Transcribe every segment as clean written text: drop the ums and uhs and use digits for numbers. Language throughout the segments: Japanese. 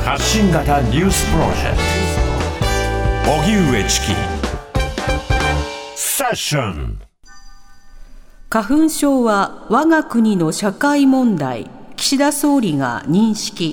発信型ニュースプロジェクト荻上チキセッション。 花粉症は我が国の社会問題、岸田総理が認識。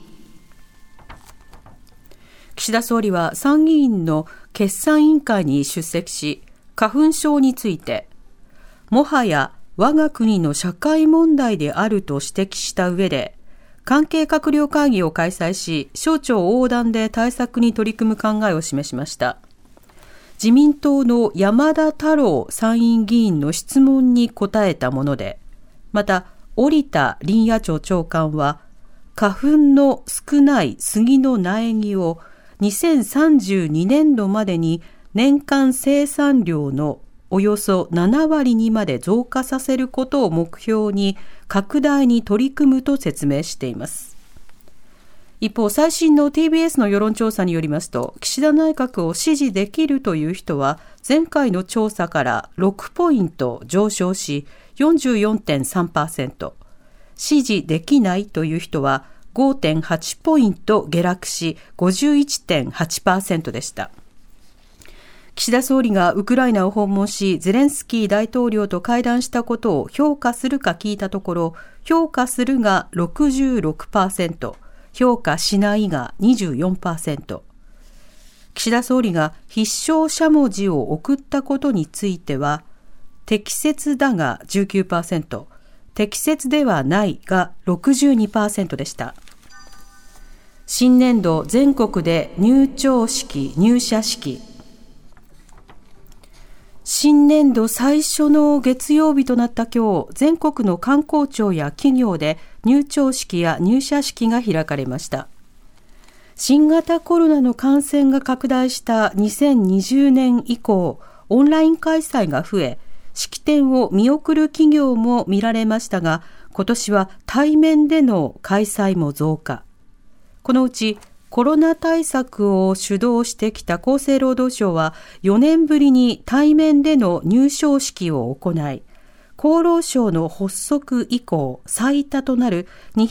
岸田総理は参議院の決算委員会に出席し、花粉症についてもはや我が国の社会問題であると指摘した上で、関係閣僚会議を開催し、省庁横断で対策に取り組む考えを示しました。自民党の山田太郎参院議員の質問に答えたもので、また織田林野庁長官は、花粉の少ない杉の苗木を2032年度までに年間生産量のおよそ7割にまで増加させることを目標に拡大に取り組むと説明しています。一方、最新の TBS の世論調査によりますと、岸田内閣を支持できるという人は前回の調査から6ポイント上昇し 44.3%、 支持できないという人は 5.8 ポイント下落し 51.8% でした。岸田総理がウクライナを訪問し、ゼレンスキー大統領と会談したことを評価するか聞いたところ、評価するが 66%、評価しないが 24%。岸田総理が必勝しゃもじを送ったことについては、適切だが 19%、適切ではないが 62% でした。新年度全国で入庁式・入社式。新年度最初の月曜日となった今日、全国の官公庁や企業で入庁式や入社式が開かれました。新型コロナの感染が拡大した2020年以降、オンライン開催が増え、式典を見送る企業も見られましたが、今年は対面での開催も増加。このうちコロナ対策を主導してきた厚生労働省は4年ぶりに対面での入省式を行い、厚労省の発足以降最多となる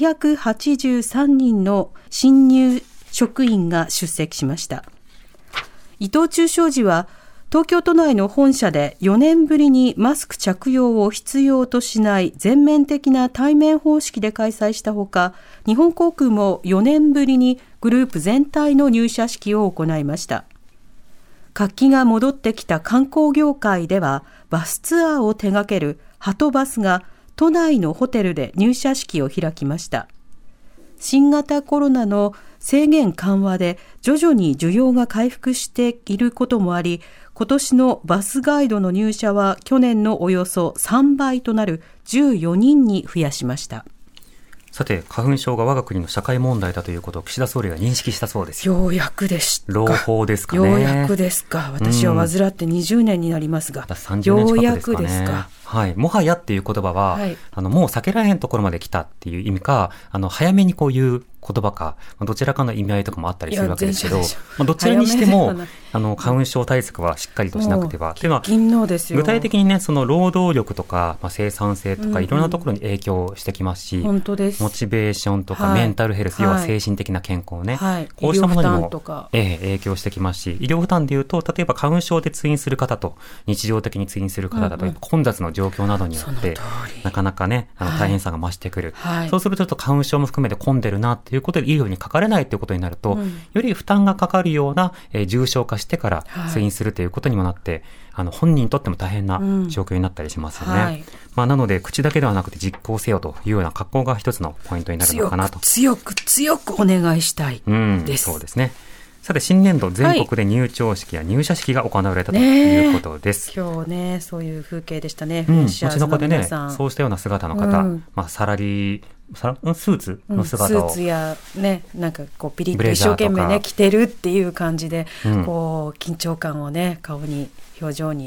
283人の新入職員が出席しました。伊藤忠商事は東京都内の本社で4年ぶりにマスク着用を必要としない全面的な対面方式で開催したほか、日本航空も4年ぶりにグループ全体の入社式を行いました。活気が戻ってきた観光業界では、バスツアーを手掛けるはとバスが都内のホテルで入社式を開きました。新型コロナの制限緩和で徐々に需要が回復していることもあり、今年のバスガイドの入社は去年のおよそ3倍となる14人に増やしました。 さて、花粉症が我が国の社会問題だということを岸田総理が認識したそうですよ。 ようやくでしたか。 朗報ですかね。 ようやくですか。私は患って20年になりますが、 30年近くですかね。 ようやくですか。 はい、もはやっていう言葉は、はい、もう避けられへんところまで来たっていう意味か、早めにこういう言葉か、どちらかの意味合いとかもあったりするわけですけど、どちらにしても花粉症対策はしっかりとしなくては。というのは具体的にね、その労働力とか、生産性とかいろんなところに影響してきますし、 本当です。 モチベーションとかメンタルヘルス、要は精神的な健康ね、こうしたものにも影響してきますし、医療負担でいうと、例えば花粉症で通院する方と日常的に通院する方だと、混雑の状況などによってなかなかね、大変さが増してくる、そうするとちょっと花粉症も含めて混んでるなっていうことで医療にかかれないということになると、より負担がかかるような、重症化してから通院するということにもなって、本人にとっても大変な状況になったりしますよね。なので口だけではなくて実行せよというような格好が一つのポイントになるのかなと。 強くお願いしたいです。 そうですね。さて、新年度全国で入庁式や入社式が行われたということです。 今日ね、そういう風景でしたね。 街中でね、そうしたような姿の方、スーツの姿を、 スーツやね、なんかこうピリッと一生懸命ね着てるっていう感じで、こう緊張感をね顔に表情に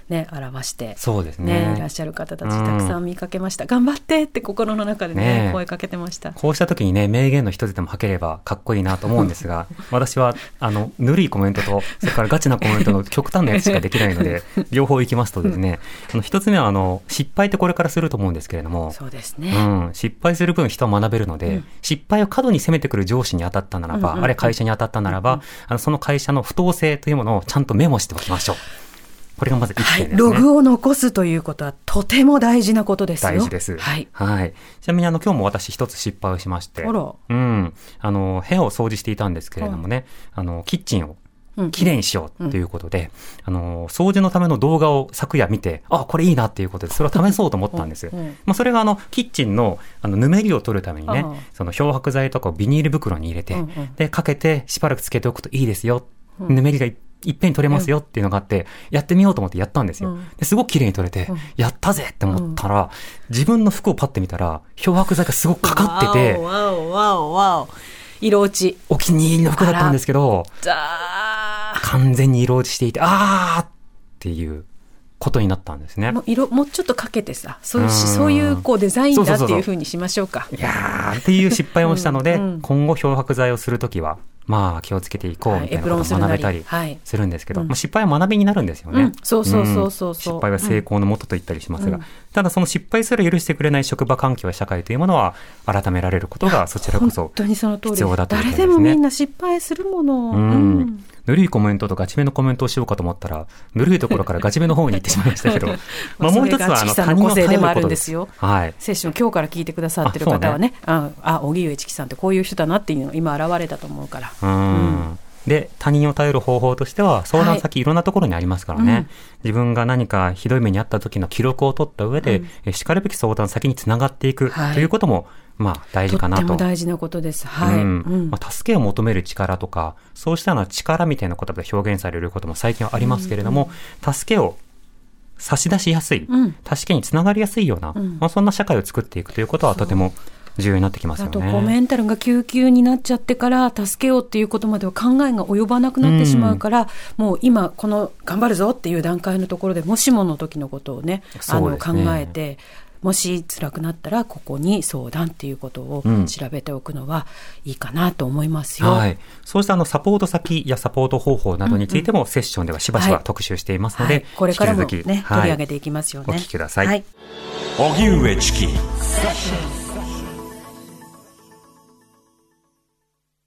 ね、表して、 そうですね、 いらっしゃる方たちたくさん見かけました。頑張ってって心の中でね、声かけてました。 こうした時にね、名言の一つでも吐ければかっこいいなと思うんですが、私はぬるいコメントとそれからガチなコメントの極端なやつしかできないので両方いきますとですね、一つ目は失敗ってこれからすると思うんですけれども、 そうですね、 失敗する分人は学べるので、失敗を過度に責めてくる上司に当たったならば、あれ会社に当たったならば、その会社の不当性というものをちゃんとメモしておきましょう。これがまず1点ですね。 ログを残すということはとても大事なことですよ。 大事です。はい。ちなみに今日も私一つ失敗をしまして、部屋を掃除していたんですけれどもね、キッチンをきれいにしようということで、掃除のための動画を昨夜見て、これいいなっていうことで、それを試そうと思ったんです。それがキッチンのぬめりを取るためにね、その漂白剤とかをビニール袋に入れて、で、かけてしばらくつけておくといいですよ。ぬめりがいっぺんに取れますよっていうのがあって、やってみようと思ってやったんですよ。ですごく綺麗に取れて、やったぜって思ったら、自分の服をパッて見たら、漂白剤がすごくかかってて、 色落ち。 お気に入りの服だったんですけど、完全に色落ちしていて、っていうことになったんですね。 もうちょっとかけてさ、そういうデザインだっていう風にしましょうか。 いやーっていう失敗をしたので、今後漂白剤をするときは、気をつけていこうみたいなことを学べたりするんですけど、失敗は学びになるんですよね。 そう失敗は成功のもとと言ったりしますが、ただその失敗すら許してくれない職場環境や社会というものは改められることがそちらこそ必要だということですね。 誰でもみんな失敗するもの。 ぬるいコメントとガチめのコメントをしようかと思ったら、ぬるいところからガチめの方に行ってしまいましたけど、もう一つは他人を頼ることです。セッション今日から聞いてくださってる方はね、荻上チキさんってこういう人だなっていうのが今現れたと思うから。 で、他人を頼る方法としては、相談先いろんなところにありますからね。自分が何かひどい目にあった時の記録を取った上で、しかるべき相談先につながっていくということも、大事かなと。 とっても大事なことです。 助けを求める力とか、そうしたような力みたいなことで表現されることも最近はありますけれども、助けを差し出しやすい、助けにつながりやすいような、そんな社会を作っていくということはとても重要になってきますよね。 あとメンタルが救急になっちゃってから助けようっていうことまでは考えが及ばなくなってしまうから、もう今この頑張るぞっていう段階のところでもしもの時のことをね、考えて、もし辛くなったらここに相談っていうことを調べておくのはいいかなと思いますよ。 そうしたサポート先やサポート方法などについてもセッションではしばしば特集していますので、 これからもね、取り上げていきますよね。 お聞きください。 荻上チキ